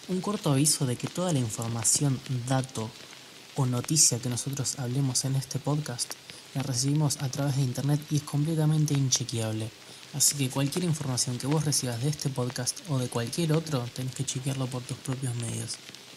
Un corto aviso de que toda la información, dato o noticia que nosotros hablemos en este podcast la recibimos a través de internet y es completamente inchequeable. Así que cualquier información que vos recibas de este podcast o de cualquier otro, tenés que chequearlo por tus propios medios.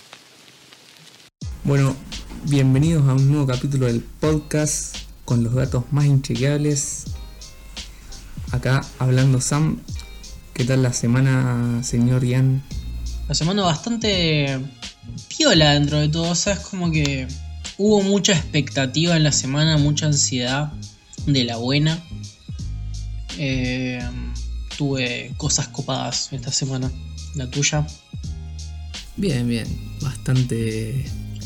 Bueno, bienvenidos a un nuevo capítulo del podcast con los datos más inchequeables. Acá hablando Sam. ¿Qué tal la semana, señor Ian? La semana bastante piola dentro de todo, o sea, es como que hubo mucha expectativa en la semana, mucha ansiedad de la buena. Tuve cosas copadas esta semana. ¿La tuya? Bien, bastante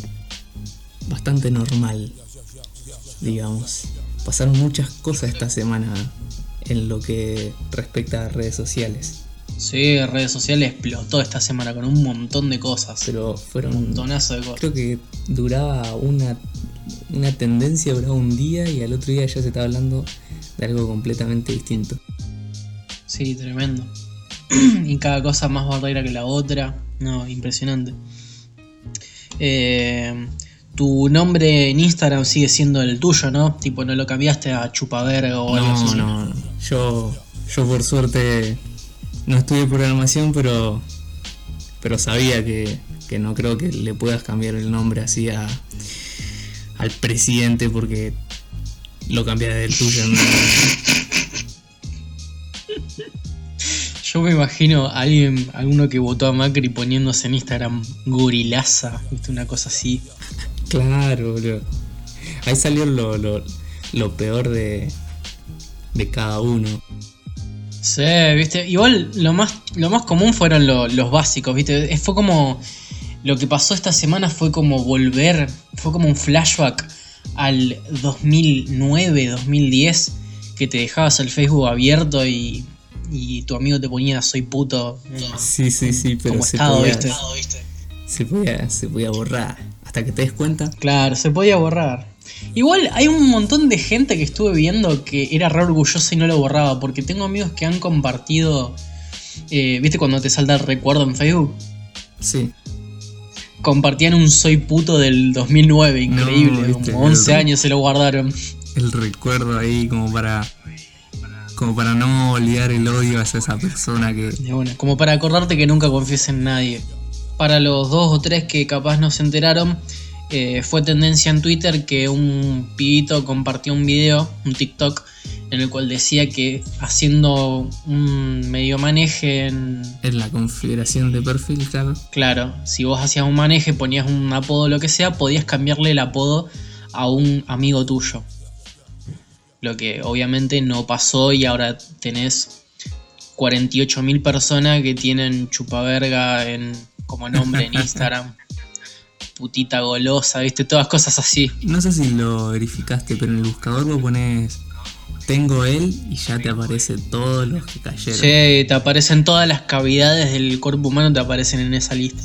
normal, digamos. Pasaron muchas cosas esta semana en lo que respecta a redes sociales. Sí, redes sociales explotó esta semana con un montón de cosas. Pero fueron un montonazo de cosas. Creo que duraba una tendencia, duraba un día y al otro día ya se estaba hablando de algo completamente distinto. Sí, tremendo. Y cada cosa más barrera que la otra. No, impresionante. Tu nombre en Instagram sigue siendo el tuyo, ¿no? Tipo, no lo cambiaste a Chupaverga o algo así. No. Yo por suerte no estudié programación, pero sabía que no creo que le puedas cambiar el nombre así al presidente porque lo cambias del tuyo, ¿no? Yo me imagino a alguno que votó a Macri poniéndose en Instagram Gorilaza, ¿viste? Una cosa así. Claro, bro. Ahí salió lo peor de cada uno. Sí, viste. Igual lo más común fueron los básicos, viste. Fue como. Lo que pasó esta semana fue como volver. Fue como un flashback al 2009, 2010. Que te dejabas el Facebook abierto y tu amigo te ponía soy puto. Sí, pero como estado, ¿viste? Se podía borrar. Hasta que te des cuenta. Claro, se podía borrar. Igual hay un montón de gente que estuve viendo que era re orgullosa y no lo borraba. Porque tengo amigos que han compartido. ¿Viste cuando te salta el recuerdo en Facebook? Sí. Compartían un soy puto del 2009, increíble. No, como 11 años se lo guardaron. El recuerdo ahí como para no olvidar el odio hacia esa persona que... Bueno, como para acordarte que nunca confíes en nadie. Para los 2 o 3 que capaz no se enteraron, fue tendencia en Twitter que un pibito compartió un video, un TikTok, en el cual decía que haciendo un medio maneje en la configuración de perfil, claro. Claro, si vos hacías un maneje, ponías un apodo, lo que sea, podías cambiarle el apodo a un amigo tuyo. Lo que obviamente no pasó y ahora tenés 48.000 personas que tienen Chupaverga como nombre en Instagram. Putita golosa, viste, todas cosas así. No sé si lo verificaste, pero en el buscador vos pones tengo él y ya te aparece todos los que cayeron. Sí, te aparecen todas las cavidades del cuerpo humano, te aparecen en esa lista.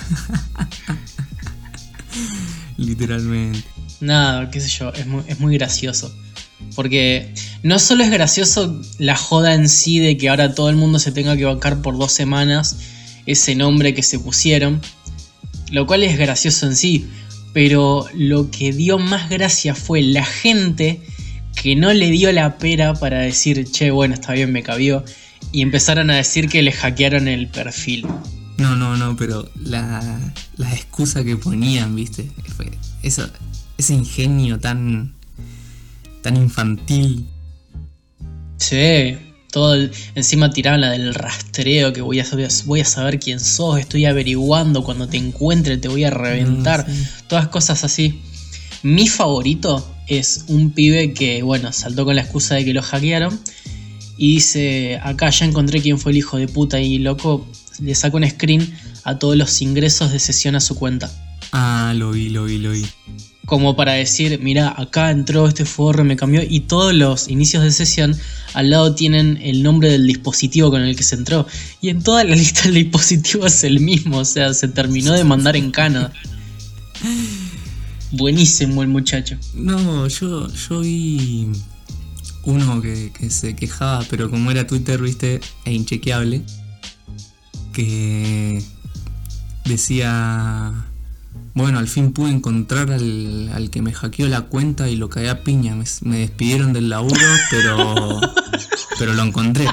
Literalmente. Nada, qué sé yo, es muy gracioso. Porque no solo es gracioso la joda en sí de que ahora todo el mundo se tenga que bancar por 2 semanas ese nombre que se pusieron, lo cual es gracioso en sí, pero lo que dio más gracia fue la gente que no le dio la pera para decir, che, bueno, está bien, me cabió, y empezaron a decir que le hackearon el perfil. No, pero la excusa que ponían, viste, fue ese ingenio tan infantil. Sí, encima tiraban la del rastreo, que voy a saber quién sos, estoy averiguando, cuando te encuentre te voy a reventar, sí. Todas cosas así. Mi favorito es un pibe que, bueno, saltó con la excusa de que lo hackearon y dice, acá ya encontré quién fue el hijo de puta, y loco, le saca un screen a todos los ingresos de sesión a su cuenta. Ah, lo vi. Como para decir, mira, acá entró este forro, me cambió, y todos los inicios de sesión al lado tienen el nombre del dispositivo con el que se entró. Y en toda la lista el dispositivo es el mismo, o sea, se terminó de mandar en cana. Buenísimo el muchacho. No, yo vi uno que se quejaba, pero como era Twitter, viste, e inchequeable, que decía: bueno, al fin pude encontrar al que me hackeó la cuenta y lo cagué a piña. Me despidieron del laburo, pero lo encontré.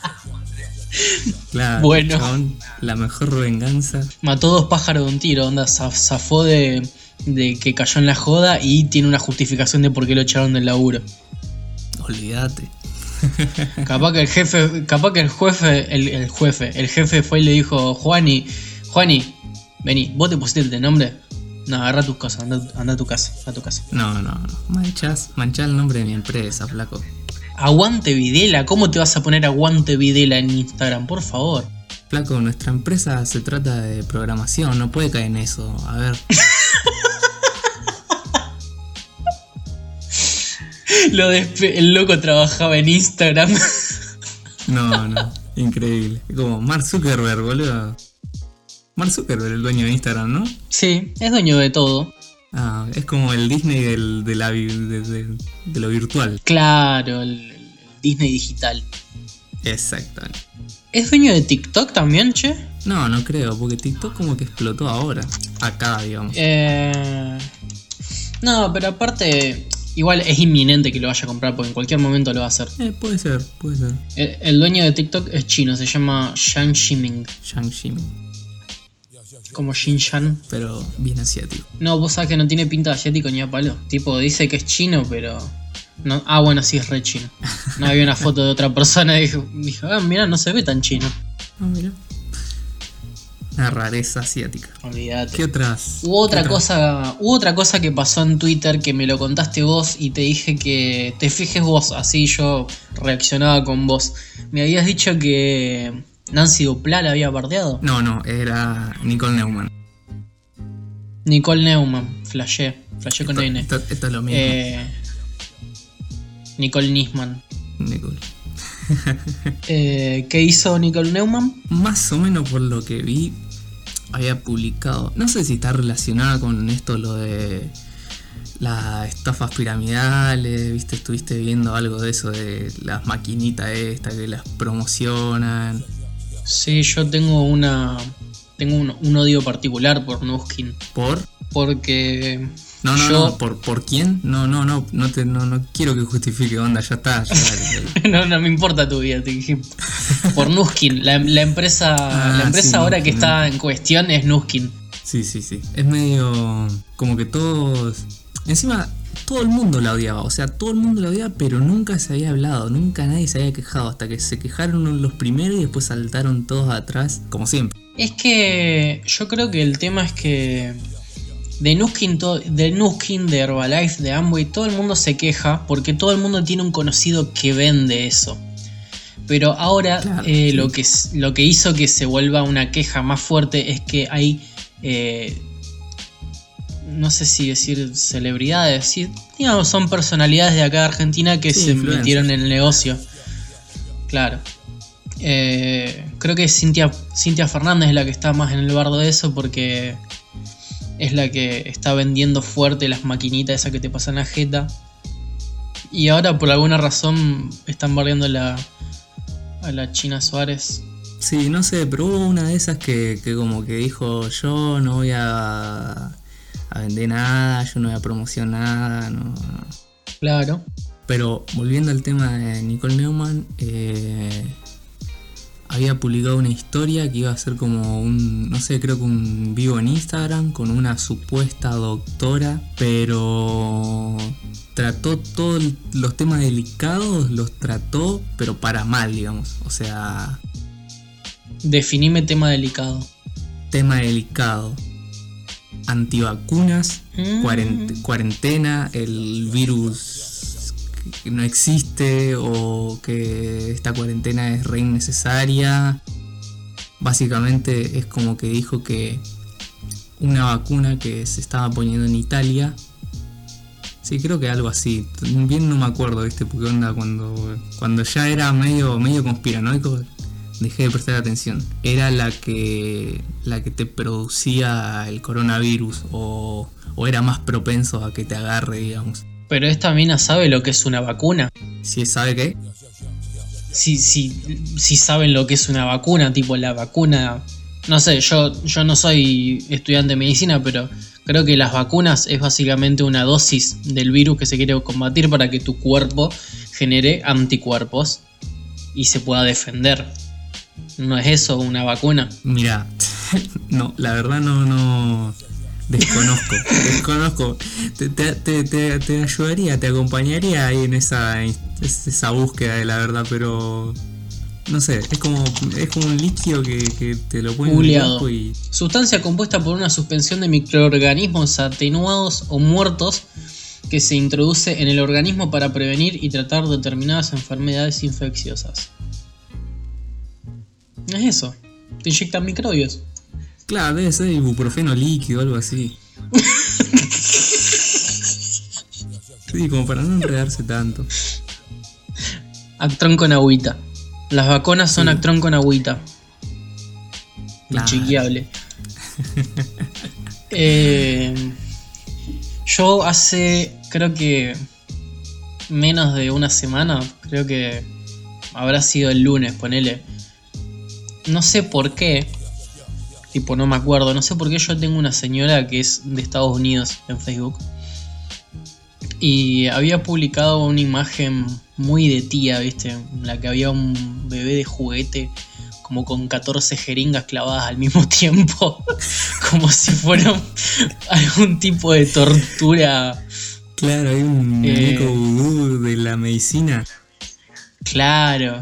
Claro, Bueno. chabón, la mejor venganza. Mató 2 pájaros de un tiro, onda, zafó de que cayó en la joda y tiene una justificación de por qué lo echaron del laburo. Olvídate. Capaz que el jefe fue y le dijo: Juani, vení, ¿vos te pusiste el nombre? No, agarra tus cosas, anda a tu casa, No. Manchás el nombre de mi empresa, flaco. Aguante Videla, ¿cómo te vas a poner Aguante Videla en Instagram? Por favor. Flaco, nuestra empresa se trata de programación, no puede caer en eso. A ver. El loco trabajaba en Instagram. No, increíble. Como Mark Zuckerberg, boludo. Mark Zuckerberg, el dueño de Instagram, ¿no? Sí, es dueño de todo. Ah, es como el Disney de lo virtual. Claro, el Disney digital. Exactamente. ¿Es dueño de TikTok también, che? No creo, porque TikTok como que explotó ahora. Acá, digamos. No, pero aparte, igual es inminente que lo vaya a comprar porque en cualquier momento lo va a hacer. Puede ser. El dueño de TikTok es chino, se llama Zhang Ximing. Como Xinjiang. Pero bien asiático. No, vos sabés que no tiene pinta de asiático ni a palo. Tipo, dice que es chino, pero... no. Ah, bueno, sí es re chino. No había una foto de otra persona y dijo, mirá, no se ve tan chino. Ah, mira. Una rareza asiática. Olvídate. ¿Qué otras? Hubo otra cosa que pasó en Twitter que me lo contaste vos y te dije que te fijes vos, así yo reaccionaba con vos. Me habías dicho que Nancy Duplá la había bardeado. No, era Nicole Neumann. Nicole Neumann, flashé con N. Esto es lo mismo. Nicole Nisman. Nicole. ¿Qué hizo Nicole Neumann? Más o menos por lo que vi, había publicado. No sé si está relacionada con esto, lo de las estafas piramidales. ¿Viste? Estuviste viendo algo de eso, de las maquinitas estas que las promocionan. Sí, yo tengo un odio particular por Nuskin. ¿Por? Porque... No, ¿por quién? No quiero que justifique, onda, ya está. No me importa tu vida, te dije. Por Nuskin, la empresa sí, ahora Nuskin, que está en cuestión es Nuskin. Sí. Es medio como que todos... Encima, todo el mundo la odiaba. O sea, todo el mundo la odiaba, pero nunca se había hablado. Nunca nadie se había quejado. Hasta que se quejaron los primeros y después saltaron todos atrás, como siempre. Es que yo creo que el tema es que... De Nuskin, de Herbalife, de Amway, todo el mundo se queja porque todo el mundo tiene un conocido que vende eso. Pero ahora claro, sí. lo que hizo que se vuelva una queja más fuerte es que hay, no sé si decir celebridades, digamos, son personalidades de acá de Argentina que se metieron en el negocio. Claro. Creo que es Cintia Fernández la que está más en el bardo de eso porque... es la que está vendiendo fuerte las maquinitas esas que te pasan la jeta. Y ahora por alguna razón están bardeando a la China Suárez. Sí, no sé, pero hubo una de esas que como que dijo: yo no voy a vender nada, yo no voy a promocionar nada, no. Claro. Pero volviendo al tema de Nicole Neumann, había publicado una historia que iba a ser como creo que un vivo en Instagram con una supuesta doctora, pero trató todos los temas delicados, los trató, pero para mal, digamos. O sea... Definime tema delicado. Tema delicado. Antivacunas, cuarentena, el virus... que no existe o que esta cuarentena es re innecesaria. Básicamente es como que dijo que una vacuna que se estaba poniendo en Italia, sí, creo que algo así, bien no me acuerdo, ¿viste? Porque onda cuando ya era medio conspiranoico dejé de prestar atención. Era la que te producía el coronavirus o era más propenso a que te agarre, digamos. Pero esta mina sabe lo que es una vacuna. ¿Sí sabe qué? Sí saben lo que es una vacuna, tipo la vacuna No sé, yo no soy estudiante de medicina, pero creo que las vacunas es básicamente una dosis del virus que se quiere combatir para que tu cuerpo genere anticuerpos y se pueda defender. ¿No es eso una vacuna? Mira, no, la verdad no desconozco. Te ayudaría, te acompañaría ahí en esa búsqueda de la verdad, pero no sé, es como un líquido que te lo ponen en el cuerpo y... Sustancia compuesta por una suspensión de microorganismos atenuados o muertos que se introduce en el organismo para prevenir y tratar determinadas enfermedades infecciosas. Es eso, te inyectan microbios. Claro, debe ser ibuprofeno líquido o algo así. Sí, como para no enredarse tanto. Actrón con agüita. Las vacunas son Actrón con agüita. Claro. Inchequeable. Yo hace, creo que menos de una semana, creo que habrá sido el lunes, ponele. No sé por qué, tipo no me acuerdo, no sé por qué yo tengo una señora que es de Estados Unidos en Facebook. Y había publicado una imagen muy de tía, ¿viste? En la que había un bebé de juguete como con 14 jeringas clavadas al mismo tiempo. Como si fuera algún tipo de tortura. Claro, hay un muñeco vudú de la medicina. Claro.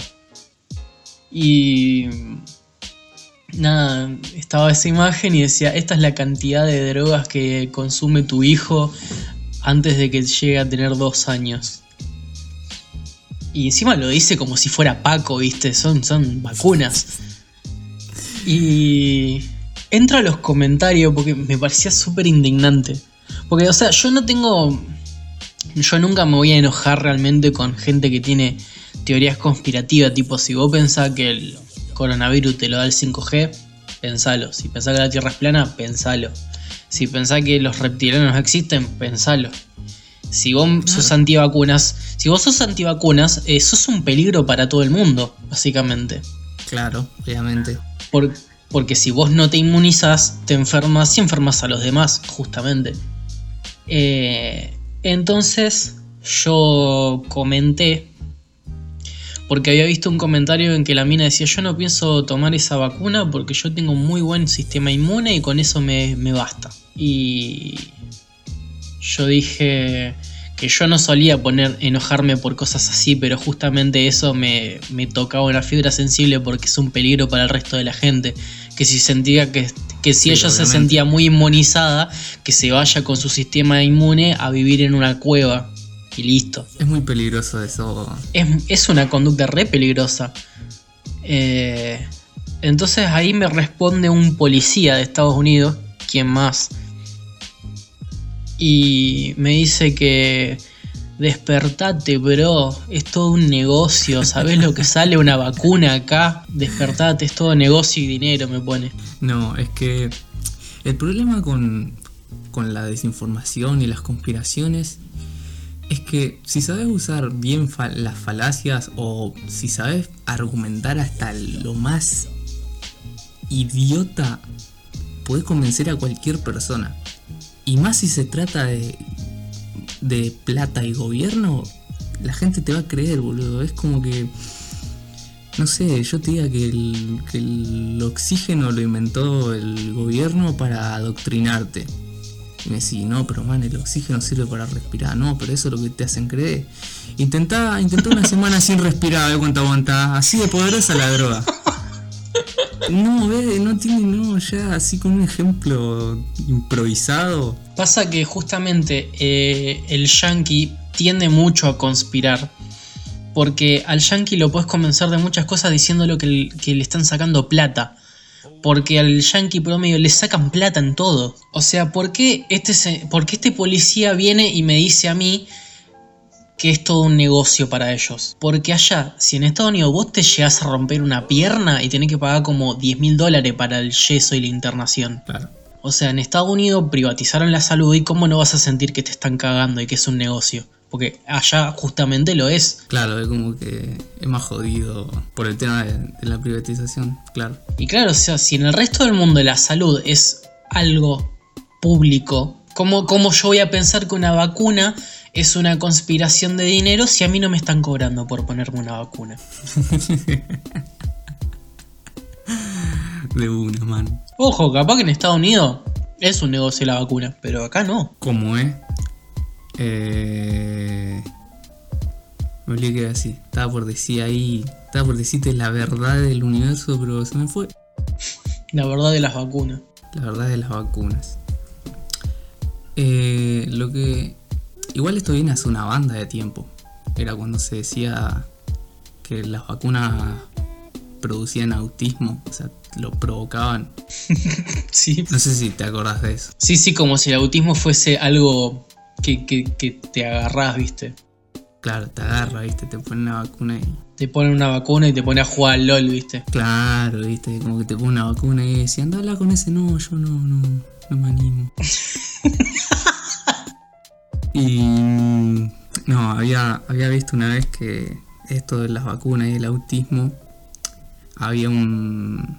Y... nada, estaba esa imagen y decía, esta es la cantidad de drogas que consume tu hijo antes de que llegue a tener 2 años. Y encima lo dice como si fuera Paco, ¿viste? Son vacunas. Y entro a los comentarios porque me parecía súper indignante. Porque, o sea, yo nunca me voy a enojar realmente con gente que tiene teorías conspirativas. Tipo, si vos pensás que el coronavirus te lo da el 5G, pensalo. Si pensás que la Tierra es plana, pensalo. Si pensás que los reptilianos existen, pensalo. Si vos sos antivacunas, sos un peligro para todo el mundo, básicamente. Claro, obviamente. Porque si vos no te inmunizás, te enfermas y enfermas a los demás, justamente. Entonces yo comenté, porque había visto un comentario en que la mina decía, yo no pienso tomar esa vacuna porque yo tengo un muy buen sistema inmune y con eso me basta. Y yo dije que yo no solía enojarme por cosas así, pero justamente eso me tocaba una fibra sensible porque es un peligro para el resto de la gente. Que si sentía que si sí, ella obviamente se sentía muy inmunizada, que se vaya con su sistema inmune a vivir en una cueva y listo. Es muy peligroso eso. Es una conducta re peligrosa. Entonces ahí me responde un policía de Estados Unidos, ¿quién más? Y me dice que despertate, bro, es todo un negocio, ¿sabés lo que sale una vacuna acá? Despertate, es todo negocio y dinero, me pone. No, es que el problema con la desinformación y las conspiraciones es que si sabes usar bien las falacias o si sabes argumentar hasta lo más idiota, podés convencer a cualquier persona. Y más si se trata de plata y gobierno, la gente te va a creer, boludo. Es como que, no sé, yo te diga que el oxígeno lo inventó el gobierno para adoctrinarte. Y me decís, no, pero man, el oxígeno sirve para respirar. No, pero eso es lo que te hacen creer. Intentá una semana sin respirar, a ver cuánto aguantás. Así de poderosa la droga. No, ya así con un ejemplo improvisado. Pasa que justamente el yankee tiende mucho a conspirar. Porque al yankee lo puedes convencer de muchas cosas diciéndole que le están sacando plata. Porque al yankee promedio le sacan plata en todo. O sea, ¿por qué este policía viene y me dice a mí que es todo un negocio para ellos? Porque allá, si en Estados Unidos vos te llegás a romper una pierna y tenés que pagar como $10.000 para el yeso y la internación. Claro. O sea, en Estados Unidos privatizaron la salud y cómo no vas a sentir que te están cagando y que es un negocio. porque allá justamente lo es. Claro, es como que es más jodido por el tema de la privatización, claro. Y claro, o sea, si en el resto del mundo la salud es algo público, ¿cómo yo voy a pensar que una vacuna es una conspiración de dinero si a mí no me están cobrando por ponerme una vacuna? De una, mano. Ojo, capaz que en Estados Unidos es un negocio la vacuna, pero acá no. ¿Cómo es? Me olvidé que era así. Estaba por decirte la verdad del universo, pero se me fue. La verdad de las vacunas. La verdad de las vacunas. Lo que... Igual esto viene hace una banda de tiempo. Era cuando se decía que las vacunas producían autismo, o sea, lo provocaban. Sí. No sé si te acordás de eso. Sí, como si el autismo fuese algo que te agarrás, ¿viste? Claro, te agarra, ¿viste? Te ponen una vacuna y... Te ponen una vacuna y te ponen a jugar al LOL, ¿viste? Claro, ¿viste? Como que te ponen una vacuna y decían, anda a hablar con ese. No, yo no me animo. Y... No, había visto una vez que esto de las vacunas y el autismo había un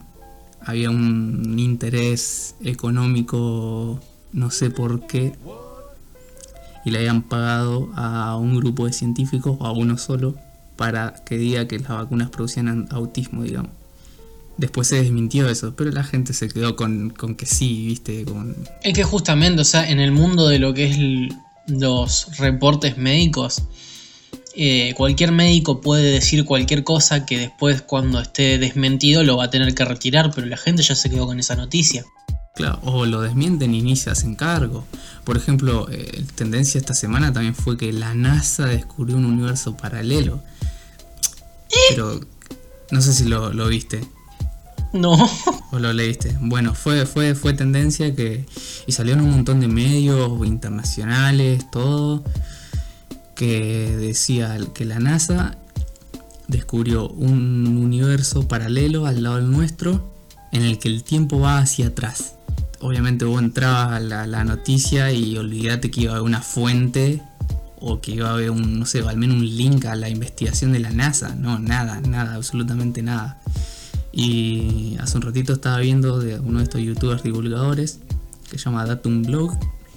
interés económico, no sé por qué, y le habían pagado a un grupo de científicos o a uno solo para que diga que las vacunas producían autismo, digamos. Después se desmintió eso, pero la gente se quedó con que sí, ¿viste? Es que justamente, o sea, en el mundo de lo que es los reportes médicos, cualquier médico puede decir cualquier cosa que después, cuando esté desmentido, lo va a tener que retirar, pero la gente ya se quedó con esa noticia. Claro, o lo desmienten y ni se hacen cargo. Por ejemplo, tendencia esta semana también fue que la NASA descubrió un universo paralelo. Pero no sé si lo viste. No. ¿O lo leíste? Bueno, fue tendencia y salieron un montón de medios internacionales, todo, que decía que la NASA descubrió un universo paralelo al lado del nuestro en el que el tiempo va hacia atrás. Obviamente vos entrabas a la noticia y olvidate que iba a haber una fuente o que iba a haber no sé, al menos un link a la investigación de la NASA. No, nada, absolutamente nada. Y hace un ratito estaba viendo de uno de estos youtubers divulgadores que se llama Datum Blog,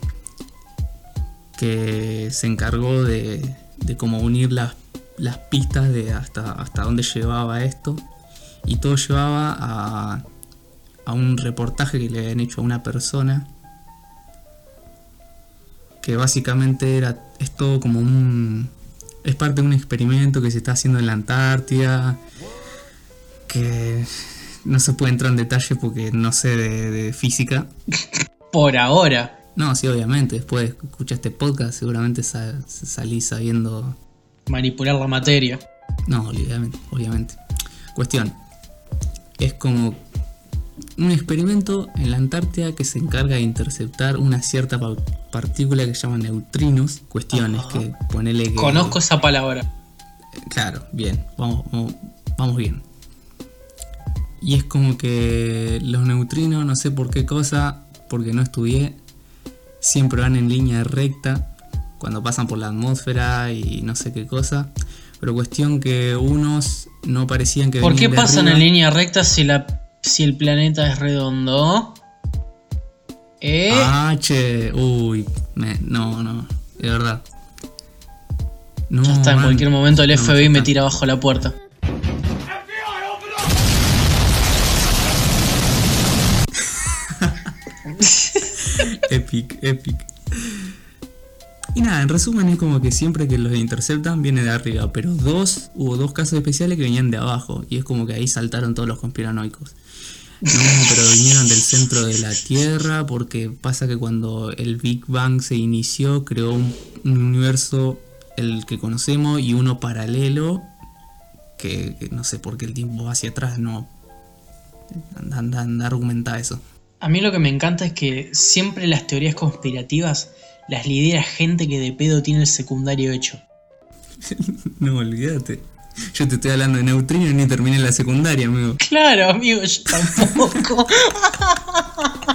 que se encargó de cómo unir las pistas de hasta dónde llevaba esto, y todo llevaba a un reportaje que le habían hecho a una persona que básicamente es todo como es parte de un experimento que se está haciendo en la Antártida, que no se puede entrar en detalle porque no sé de física. Por ahora. No, sí, obviamente, después de escuchar este podcast seguramente salí sabiendo... Manipular la materia. No, obviamente. Cuestión, es como un experimento en la Antártida que se encarga de interceptar una cierta partícula que se llama neutrinos. Cuestiones que ponele que... Conozco esa palabra. Claro, bien, vamos bien. Y es como que los neutrinos, no sé por qué cosa, porque no estudié, siempre van en línea recta cuando pasan por la atmósfera y no sé qué cosa. Pero cuestión que unos no parecían que ¿por venían qué de pasan arriba. en línea recta si el planeta es redondo? Uy, no, de verdad. No, Ya está, en man, cualquier momento el no, FBI ya me está. tira abajo la puerta. Epic. Y nada, en resumen es como que siempre que los interceptan viene de arriba, pero hubo dos casos especiales que venían de abajo, y es como que ahí saltaron todos los conspiranoicos. No, pero vinieron del centro de la Tierra, porque pasa que cuando el Big Bang se inició, creó un universo, el que conocemos, y uno paralelo, que no sé por qué el tiempo va hacia atrás, no. Anda argumentar eso. A mí lo que me encanta es que siempre las teorías conspirativas las lidera gente que de pedo tiene el secundario hecho. No, olvídate. Yo te estoy hablando de neutrinos y ni terminé la secundaria, amigo. Claro, amigo, yo tampoco.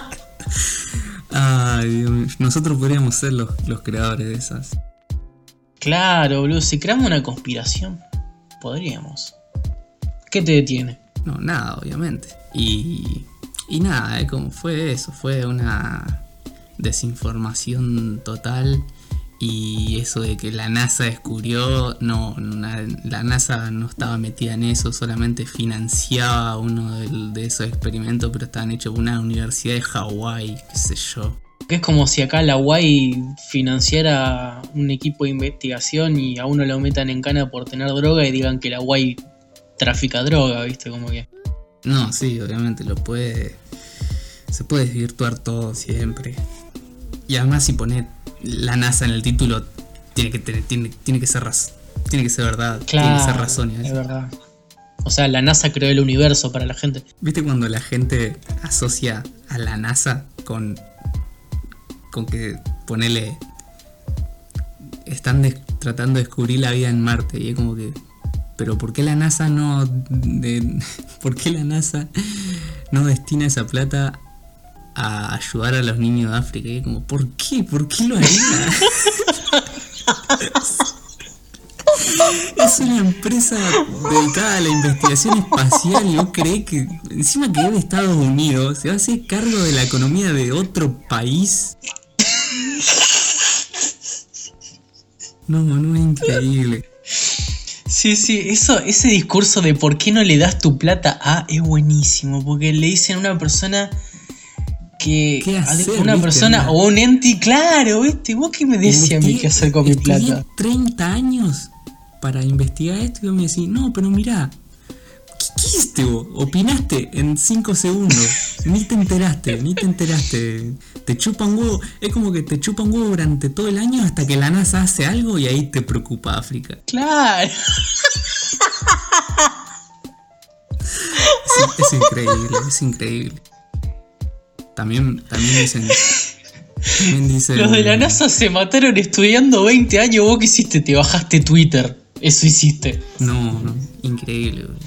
Ay, Dios mío. Nosotros podríamos ser los creadores de esas. Claro, boludo, si creamos una conspiración, podríamos. ¿Qué te detiene? No, nada, obviamente. Y nada, como fue eso, fue una desinformación total. Y eso de que la NASA descubrió, la NASA no estaba metida en eso, solamente financiaba uno de esos experimentos, pero estaban hechos por una universidad de Hawái, qué sé yo. Que es como si acá la UAI financiara un equipo de investigación y a uno lo metan en cana por tener droga y digan que la UAI trafica droga, ¿viste? Como que... No, sí, obviamente se puede desvirtuar todo siempre. Y además si pone la NASA en el título, tiene que ser verdad, Claro, tiene que ser razón. es verdad. O sea, la NASA creó el universo para la gente. ¿Viste cuando la gente asocia a la NASA con que ponele están tratando de descubrir la vida en Marte? Y es como que, pero ¿por qué la NASA no destina esa plata a ayudar a los niños de África? Y es como, ¿por qué? ¿Por qué lo haría? Es una empresa dedicada a la investigación espacial y vos creés que encima que es de Estados Unidos se va a hacer cargo de la economía de otro país. No, es increíble. Sí, ese discurso de por qué no le das tu plata a es buenísimo, porque le dicen a una persona que... ¿Qué hacer, una viste, persona anda? o un ente, claro, ¿viste? ¿Vos qué me decís a mí qué hacer con mi Estudié plata? 30 años para investigar esto y vos me decís, no, pero mirá, ¿qué hiciste vos? Opinaste en 5 segundos, ni te enteraste. Te chupan huevo, es como que te chupan huevo durante todo el año hasta que la NASA hace algo y ahí te preocupa África. Claro. Es increíble. También dicen... Los de la NASA se mataron estudiando 20 años. ¿Vos qué hiciste? Te bajaste Twitter. Eso hiciste. No, increíble, bro.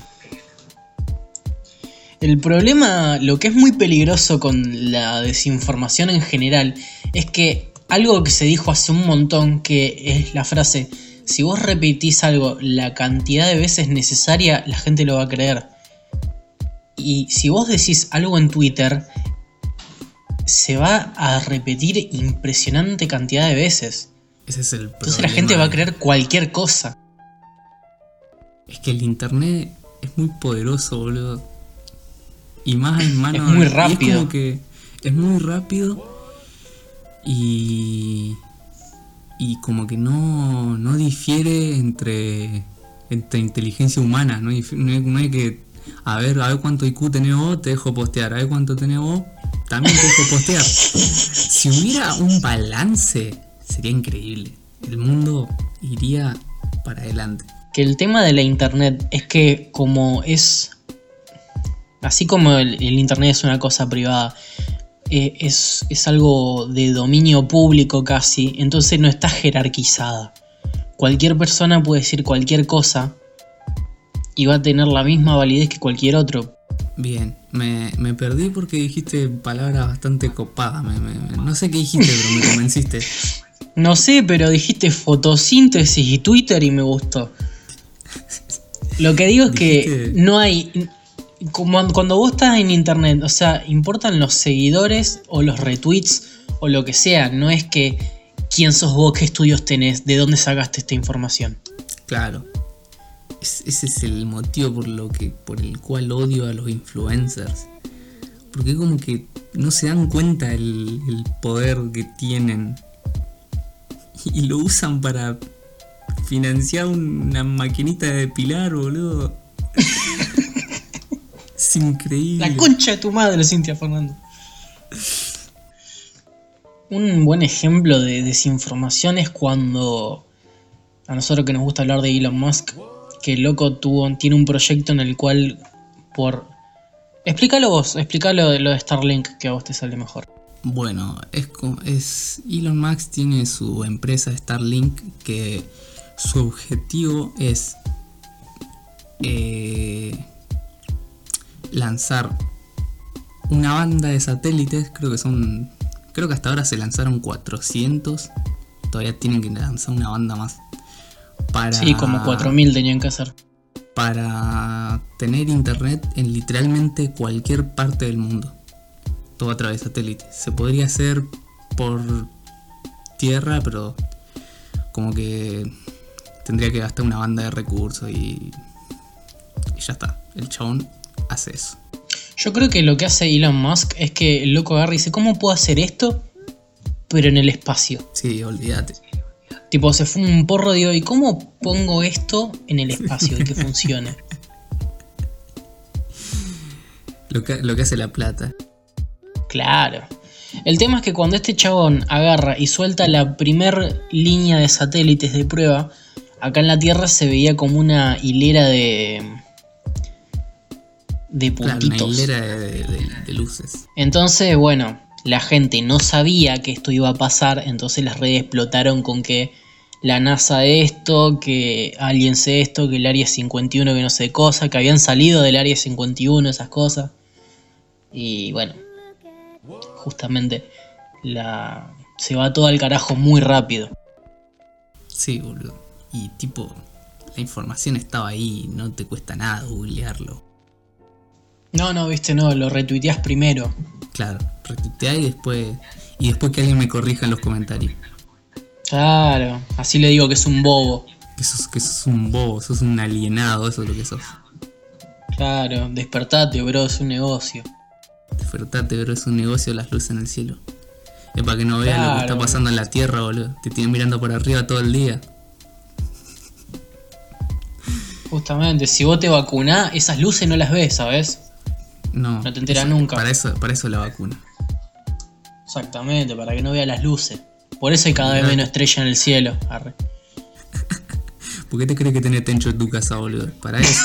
El problema, lo que es muy peligroso con la desinformación en general, es que algo que se dijo hace un montón, que es la frase, si vos repetís algo la cantidad de veces necesaria, la gente lo va a creer. Y si vos decís algo en Twitter, se va a repetir impresionante cantidad de veces. Ese es el problema. Entonces la gente va a creer cualquier cosa. Es que el internet es muy poderoso, boludo. Y más en mano. Es muy rápido. Y es como que es muy rápido. Y como que no difiere entre inteligencia humana. No hay que. A ver cuánto IQ tenés vos, te dejo postear. A ver cuánto tenés vos, también te dejo postear. Si hubiera un balance, sería increíble. El mundo iría para adelante. Que el tema de la internet es que como es... Así como el internet es una cosa privada, es algo de dominio público casi, entonces no está jerarquizada. Cualquier persona puede decir cualquier cosa y va a tener la misma validez que cualquier otro. Bien, me perdí porque dijiste palabras bastante copadas. No sé qué dijiste, pero me convenciste. No sé, pero dijiste fotosíntesis y Twitter y me gustó. Lo que digo es que no hay... Cuando vos estás en internet, o sea, importan los seguidores o los retweets o lo que sea. No es que quién sos vos, qué estudios tenés, de dónde sacaste esta información. Claro. Ese es el motivo por el cual odio a los influencers. Porque como que no se dan cuenta el poder que tienen. Y lo usan para financiar una maquinita de depilar, boludo. Es increíble. La concha de tu madre, Cintia Fernando. Un buen ejemplo de desinformación es cuando a nosotros que nos gusta hablar de Elon Musk, que el loco tiene un proyecto en el cual Explícalo vos, explícalo lo de Starlink, que a vos te sale mejor. Bueno, Elon Musk tiene su empresa Starlink, que su objetivo es lanzar una banda de satélites. Creo que hasta ahora se lanzaron 400. Todavía tienen que lanzar una banda más. Sí, como 4000 tenían que hacer. Para tener internet en literalmente cualquier parte del mundo. Todo a través de satélite. Se podría hacer por tierra, pero como que tendría que gastar una banda de recursos y ya está. El chabón hace eso. Yo creo que lo que hace Elon Musk es que el loco agarra y dice, ¿cómo puedo hacer esto? Pero en el espacio. Sí, olvídate. Tipo, se fue un porro, digo, ¿y cómo pongo esto en el espacio y que funcione? Lo que hace la plata. Claro. El tema es que cuando este chabón agarra y suelta la primer línea de satélites de prueba, acá en la Tierra se veía como una hilera de puntitos. Claro, una hilera de luces. Entonces, bueno, la gente no sabía que esto iba a pasar, entonces las redes explotaron con que la NASA esto, que Aliens esto, que el Área 51 que no sé cosa, que habían salido del Área 51, esas cosas. Y bueno, justamente se va todo al carajo muy rápido. Sí, boludo. Y tipo, la información estaba ahí, no te cuesta nada googlearlo. No, viste, no, lo retuiteás primero. Claro, retuitear y después que alguien me corrija en los comentarios. Claro, así le digo que es un bobo. Que sos un bobo, sos un alienado, eso es lo que sos. Claro, despertate, bro, es un negocio. Despertate, bro, es un negocio, las luces en el cielo. Es para que no veas lo que está pasando en la Tierra, boludo. Te tienen mirando por arriba todo el día. Justamente, si vos te vacunás, esas luces no las ves, ¿sabes? No te enteras nunca. Para eso la vacuna. Exactamente, para que no veas las luces. Por eso hay cada vez menos estrellas en el cielo. Arre. ¿Por qué te crees que tenés techo en tu casa, boludo? Para eso.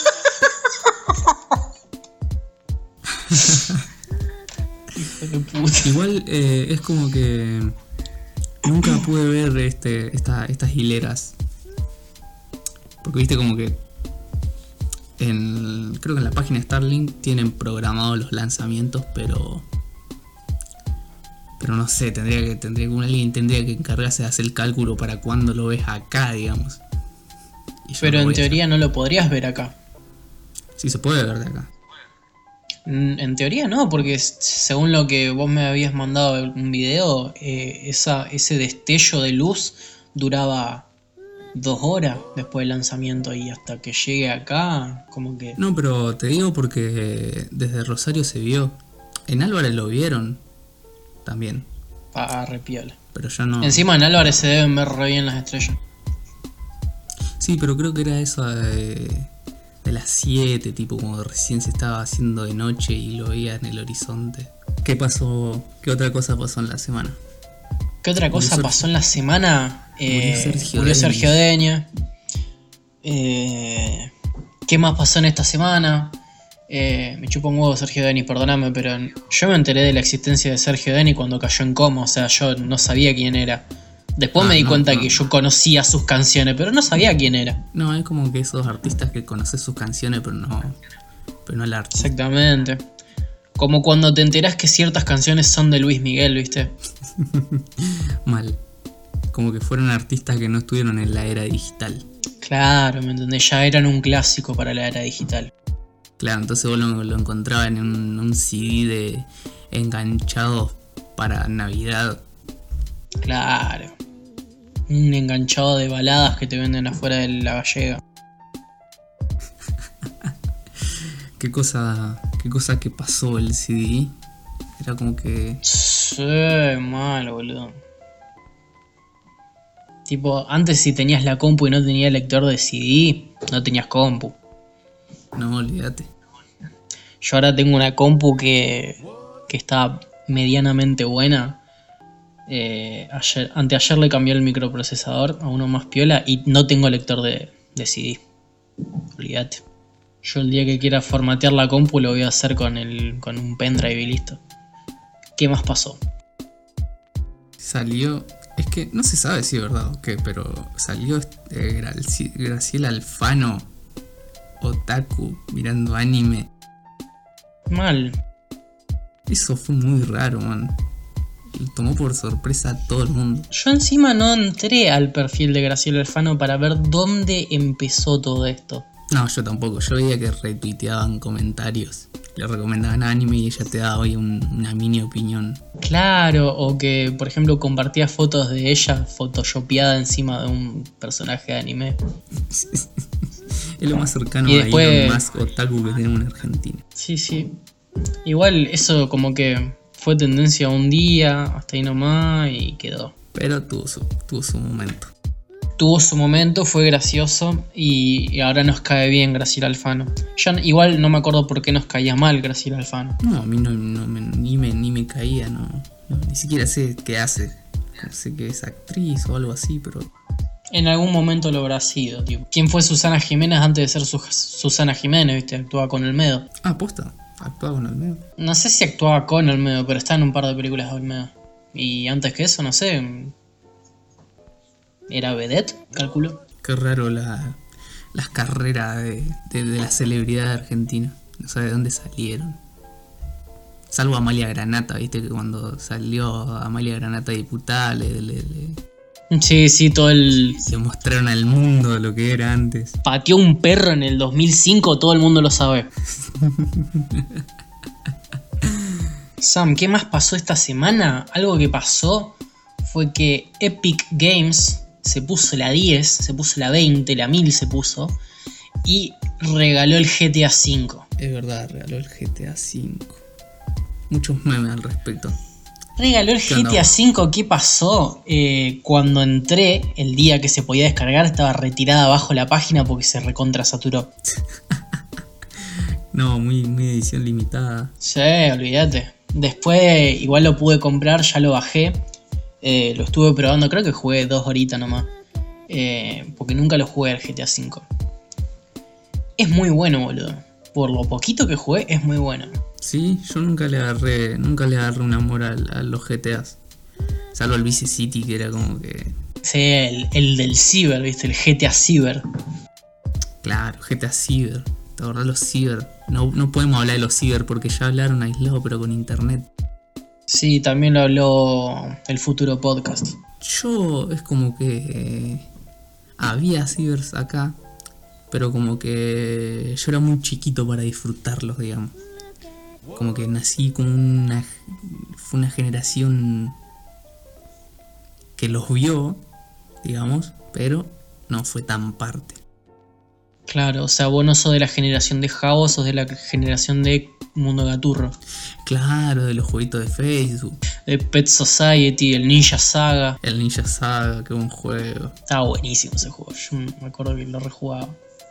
Hijo de puta. Igual es como que nunca pude ver estas hileras. Porque viste como que creo que en la página Starlink tienen programados los lanzamientos, pero no sé, alguien tendría que encargarse de hacer el cálculo para cuando lo ves acá, digamos. Pero en teoría no lo podrías ver acá. Sí, se puede ver de acá. En teoría no, porque según lo que vos me habías mandado un video, ese destello de luz duraba 2 horas después del lanzamiento y hasta que llegue acá, como que... No, pero te digo porque desde Rosario se vio. En Álvarez lo vieron también. Repiola. Pero ya no... Encima en Álvarez se deben ver re bien las estrellas. Sí, pero creo que era eso de las 7, tipo como recién se estaba haciendo de noche y lo veía en el horizonte. ¿Qué pasó? ¿Qué otra cosa pasó en la semana? ¿Qué otra cosa pasó en la semana? Murió Sergio Deña. ¿Qué más pasó en esta semana? Me chupa un huevo Sergio Denis, perdóname, pero yo me enteré de la existencia de Sergio Denis cuando cayó en coma, o sea, yo no sabía quién era. Después me di cuenta que yo conocía sus canciones, pero no sabía quién era. No, es como que esos artistas que conoces sus canciones, pero no el arte. Exactamente. Como cuando te enterás que ciertas canciones son de Luis Miguel, ¿viste? Mal. Como que fueron artistas que no estuvieron en la era digital. Claro, ¿me entendés? Ya eran un clásico para la era digital. Claro, entonces vos lo encontrabas en un CD de enganchados para Navidad. Claro. Un enganchado de baladas que te venden afuera de la Gallega. ¿Qué cosa que pasó el CD? Era como que... Sí, mal, boludo. Tipo, antes si tenías la compu y no tenías lector de CD, no tenías compu. No, olvídate. Yo ahora tengo una compu que está medianamente buena. Anteayer le cambié el microprocesador a uno más piola y no tengo lector de CD. Olvídate. Yo el día que quiera formatear la compu lo voy a hacer con un pendrive y listo. ¿Qué más pasó? Salió... Es que no se sabe si es verdad o qué, pero salió Graciela Alfano, otaku, mirando anime. Mal. Eso fue muy raro, man. tomó por sorpresa a todo el mundo. Yo encima no entré al perfil de Graciela Alfano para ver dónde empezó todo esto. No, yo tampoco. Yo veía que retuiteaban comentarios, le recomendaban anime y ella te daba hoy una mini opinión. Claro, o que por ejemplo compartía fotos de ella photoshopeada encima de un personaje de anime. Es lo más cercano Y a después- Elon Musk otaku que tenemos en Argentina. Sí. Igual eso como que fue tendencia un día, hasta ahí nomás y quedó. Pero tuvo su momento. Tuvo su momento, fue gracioso y ahora nos cae bien Graciela Alfano. Yo igual no me acuerdo por qué nos caía mal Graciela Alfano. No, a mí ni me caía, no, ni siquiera sé qué hace. No sé que es actriz o algo así, pero... En algún momento lo habrá sido, tipo. ¿Quién fue Susana Jiménez antes de ser Susana Jiménez, viste? Actuaba con Olmedo. Ah, posta, actuaba con Olmedo. No sé si actuaba con Olmedo, pero está en un par de películas de Olmedo. Y antes que eso, no sé. ¿Era vedette? Calculo. Qué raro las carreras de la celebridad argentina. No sé de dónde salieron. Salvo Amalia Granata, viste que cuando salió Amalia Granata diputada le Sí, todo el... mostraron al mundo lo que era antes. Pateó un perro en el 2005, todo el mundo lo sabe. Sam, ¿qué más pasó esta semana? Algo que pasó fue que Epic Games se puso la 10, se puso la 20, la 1000 se puso y regaló el GTA V. Es verdad, regaló el GTA V. Muchos memes al respecto. Regaló el ¿Qué onda, GTA vos? V, ¿qué pasó? Cuando entré, el día que se podía descargar, estaba retirada abajo la página porque se recontra saturó. No, muy edición limitada. Sí, olvídate. Después igual lo pude comprar, ya lo bajé. Lo estuve probando, creo que jugué 2 horitas nomás. Porque nunca lo jugué al GTA V. Es muy bueno, boludo. Por lo poquito que jugué, es muy bueno. Sí, yo nunca le agarré un amor a los GTAs. Salvo el Vice City, que era como que... Sí, el del Ciber, ¿viste? El GTA Ciber. Claro, GTA Ciber. ¿Te acordás los Ciber? No podemos hablar de los Ciber porque ya hablaron aislado, pero con internet. Sí, también lo habló el futuro podcast. Yo es como que había Cibers acá, pero como que yo era muy chiquito para disfrutarlos, digamos. Como que nací con fue una generación que los vio, digamos, pero no fue tan parte. Claro, o sea, vos no sos de la generación de Javo, sos de la generación de Mundo Gaturro. Claro, de los jueguitos de Facebook. De Pet Society, el Ninja Saga. El Ninja Saga, qué buen juego. Estaba buenísimo ese juego, yo me acuerdo que lo rejugaba.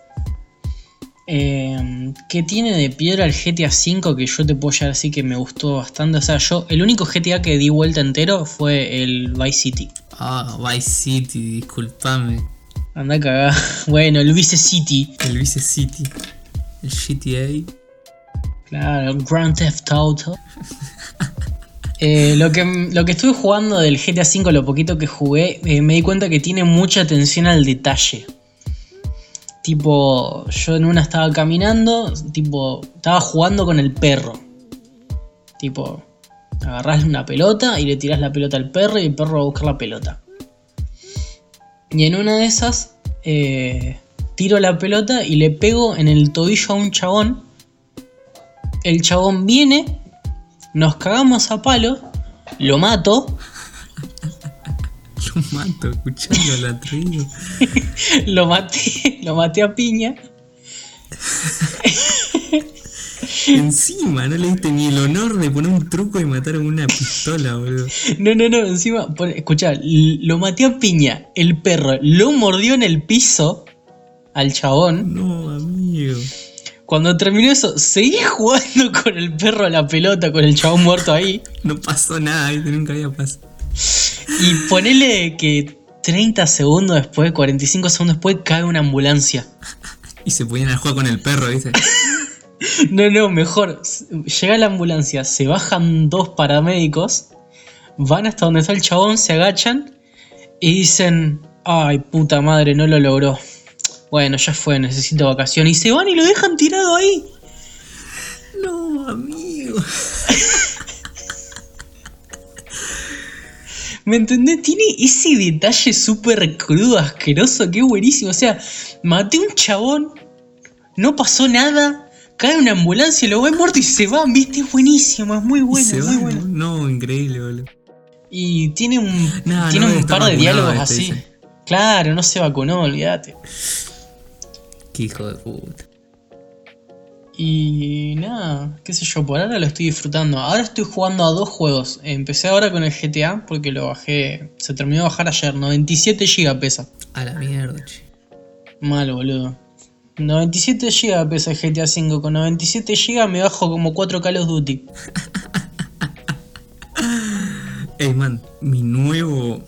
¿Qué tiene de piedra el GTA V que yo te puedo llegar a decir que me gustó bastante? O sea, el único GTA que di vuelta entero fue el Vice City. Ah, Vice City, disculpame. Anda a cagar. Bueno, el Vice City. El Vice City. El GTA. Claro, Grand Theft Auto. Lo que estuve jugando del GTA V, lo poquito que jugué, me di cuenta que tiene mucha atención al detalle. Tipo, yo en una estaba caminando, tipo, estaba jugando con el perro. Tipo, agarrás una pelota y le tirás la pelota al perro y el perro va a buscar la pelota. Y en una de esas, tiro la pelota y le pego en el tobillo a un chabón. El chabón viene, nos cagamos a palo, lo mato. Lo mato, escuchando la tribu. Lo maté a piña. Encima, no le diste ni el honor de poner un truco y matar con una pistola, boludo. No, encima, escuchá, lo maté a piña. El perro lo mordió en el piso al chabón. No, amigo. Cuando terminó eso, seguí jugando con el perro a la pelota, con el chabón muerto ahí. No pasó nada, ¿viste? Nunca había pasado. Y ponele que 30 segundos después, 45 segundos después, cae una ambulancia. Y se ponían a jugar con el perro, ¿viste? No, mejor. Llega la ambulancia, se bajan 2 paramédicos, van hasta donde está el chabón, se agachan y dicen: ay, puta madre, no lo logró. Bueno, ya fue, necesito vacaciones. Y se van y lo dejan tirado ahí. No, amigo. ¿Me entendés? Tiene ese detalle súper crudo, asqueroso, que buenísimo. O sea, maté a un chabón, no pasó nada, cae una ambulancia, lo ve muerto y se van, ¿viste? Es buenísimo, es muy bueno, se muy va, bueno. No, increíble, boludo. Y tiene un No par de vacunado, diálogos este, así. dice. Claro, no se vacunó, olvídate. Qué hijo de puta. Y nada, qué sé yo, por ahora lo estoy disfrutando. Ahora estoy jugando a 2 juegos. Empecé ahora con el GTA porque lo bajé, se terminó de bajar ayer, 97 GB pesa. A la mierda, che. Mal, boludo. 97 GB pesa el GTA V. Con 97 GB me bajo como 4 Call of Duty. Ey, man, mi nuevo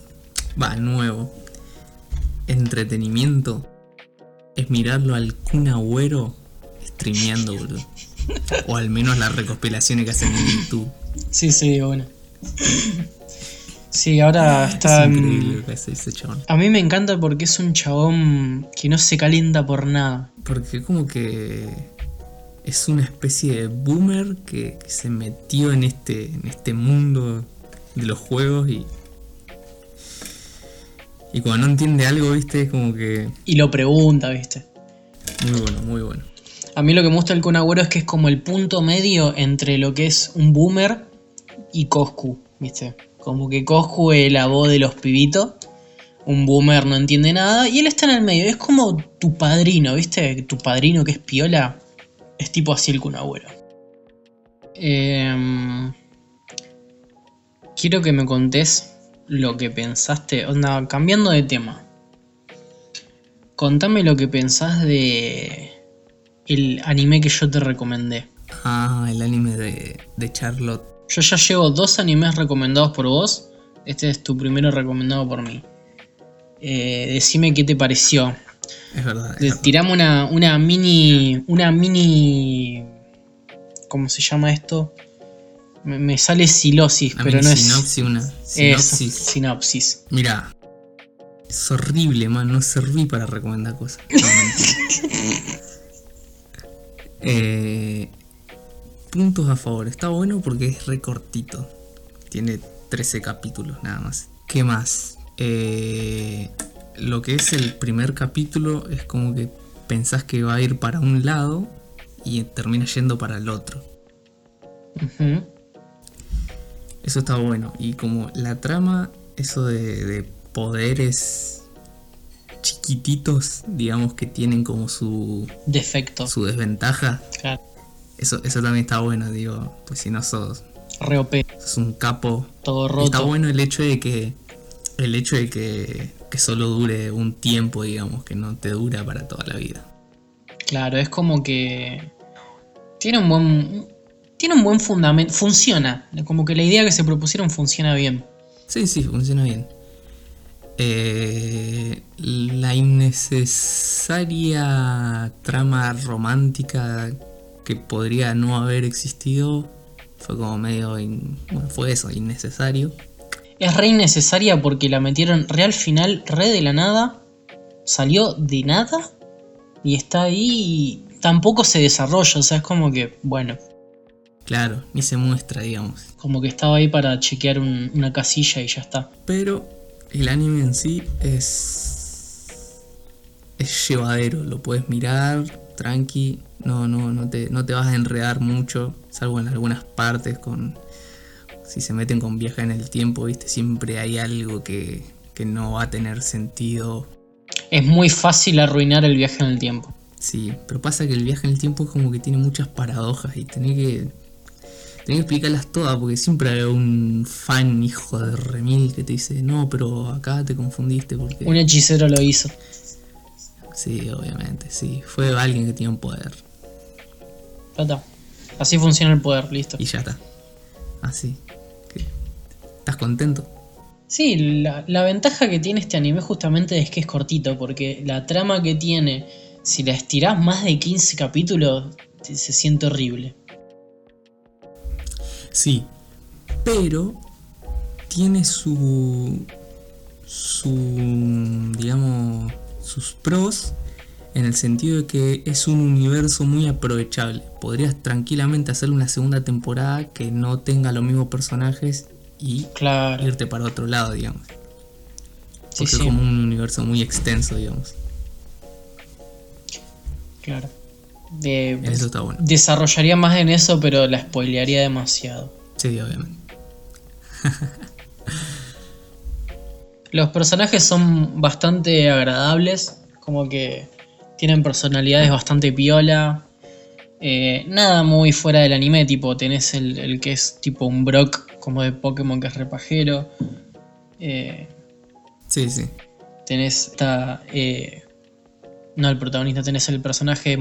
entretenimiento es mirarlo al Kun Agüero streameando, boludo. O al menos las recopilaciones que hacen en YouTube. Sí, bueno. Sí, ahora está... Es increíble lo que hace ese chabón. A mí me encanta porque es un chabón que no se calienta por nada. Porque como que es una especie de boomer que se metió en este mundo de los juegos y cuando no entiende algo, viste, es como que... Y lo pregunta, ¿viste? Muy bueno, muy bueno. A mí lo que me gusta del Kun Agüero es que es como el punto medio entre lo que es un boomer y Coscu, ¿viste? Como que Coscu es la voz de los pibitos, un boomer no entiende nada y él está en el medio. Es como tu padrino, ¿viste? Tu padrino que es piola, es tipo así el Kun Agüero. Quiero que me contés lo que pensaste, onda, cambiando de tema. Contame lo que pensás de el anime que yo te recomendé. Ah, el anime de Charlotte. Yo ya llevo 2 animes recomendados por vos. Este es tu primero recomendado por mí. Decime qué te pareció. Es verdad. Tiramos una mini... ¿Cómo se llama esto? Me sale silosis, pero no es... Sinopsis. Eso, sinopsis. Mira, es horrible, man. No serví para recomendar cosas. No, mentira. Puntos a favor. Está bueno porque es re cortito. Tiene 13 capítulos nada más. ¿Qué más? Lo que es el primer capítulo es como que pensás que va a ir para un lado y termina yendo para el otro. Uh-huh. Eso está bueno. Y como la trama, eso de poderes chiquititos, digamos, que tienen como su defecto, su desventaja. Claro. Eso también está bueno, digo, pues si no sos re OP, sos un capo. todo roto. Está bueno el hecho de que solo dure un tiempo, digamos, que no te dura para toda la vida. Claro, es como que tiene un buen fundamento, funciona, como que la idea que se propusieron funciona bien. Sí, funciona bien. La innecesaria trama romántica que podría no haber existido fue como medio fue eso, innecesario. Es re innecesaria porque la metieron re al final, re de la nada, salió de nada y está ahí y tampoco se desarrolla, o sea, es como que, bueno. Claro, ni se muestra, digamos. Como que estaba ahí para chequear una casilla y ya está. Pero el anime en sí es llevadero, lo puedes mirar tranqui, no te vas a enredar mucho, salvo en algunas partes si se meten con viaje en el tiempo, viste, siempre hay algo que no va a tener sentido. Es muy fácil arruinar el viaje en el tiempo. Sí, pero pasa que el viaje en el tiempo es como que tiene muchas paradojas y tenés que explicarlas todas, porque siempre hay un fan hijo de remil que te dice, no, pero acá te confundiste porque... Un hechicero lo hizo. Sí, obviamente, sí. Fue alguien que tiene un poder. Ya está. Así funciona el poder, listo. Y ya está. Así. ¿Estás contento? Sí, la ventaja que tiene este anime justamente es que es cortito, porque la trama que tiene, si la estirás más de 15 capítulos, se siente horrible. Sí, pero tiene digamos, sus pros en el sentido de que es un universo muy aprovechable. Podrías tranquilamente hacer una segunda temporada que no tenga los mismos personajes y Claro. irte para otro lado, digamos. Sí, Porque sí. es como un universo muy extenso, digamos. Claro. Eso está bueno. Desarrollaría más en eso, pero la spoilearía demasiado. Sí, obviamente. Los personajes son bastante agradables, como que tienen personalidades bastante piola. Nada muy fuera del anime, tipo tenés el que es tipo un Brock como de Pokémon que es repajero. Sí, sí. Tenés no el protagonista, tenés el personaje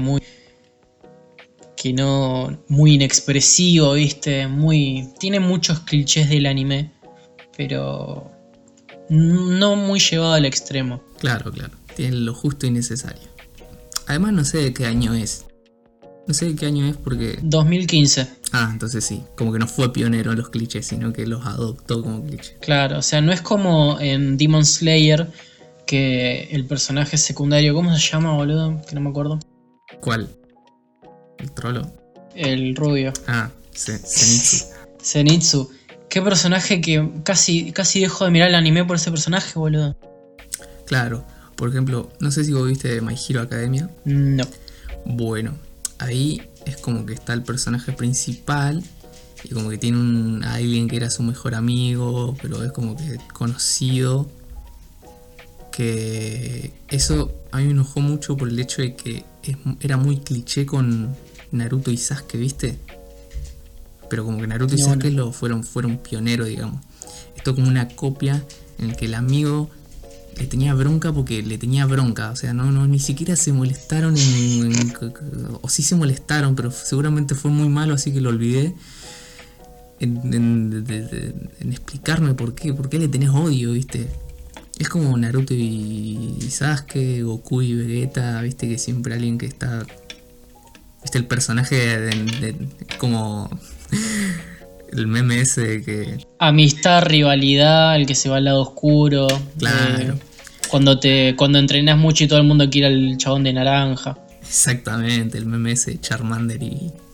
muy inexpresivo, ¿viste? Tiene muchos clichés del anime, pero no muy llevado al extremo. Claro, claro. Tiene lo justo y necesario. Además no sé de qué año es. No sé de qué año es porque... 2015, Ah, entonces sí. Como que no fue pionero en los clichés, sino que los adoptó como clichés. claro, o sea, no es como en Demon Slayer que el personaje secundario, ¿cómo se llama, boludo? Que no me acuerdo. ¿Cuál? ¿El trolo? El rubio. Ah, Zenitsu. Zenitsu. Qué personaje que casi dejo de mirar el anime por ese personaje, boludo. Claro. Por ejemplo, no sé si vos viste My Hero Academia. No. Bueno, ahí es como que está el personaje principal y como que tiene a alguien que era su mejor amigo, pero es como que conocido. Que eso a mí me enojó mucho por el hecho de que era muy cliché con Naruto y Sasuke, ¿viste? Pero como que Naruto y No, Sasuke no. fueron pioneros, digamos. Esto como una copia en el que el amigo le tenía bronca porque le tenía bronca. O sea, no ni siquiera se molestaron o sí se molestaron, pero seguramente fue muy malo, así que lo olvidé. En explicarme por qué le tenés odio, ¿viste? Es como Naruto y Sasuke, Goku y Vegeta, ¿viste? Que siempre alguien que está... ¿Viste? El personaje como... El meme ese de que... Amistad, rivalidad, el que se va al lado oscuro. Claro. Cuando entrenas mucho y todo el mundo quiere al chabón de naranja. Exactamente, el meme ese de Charmander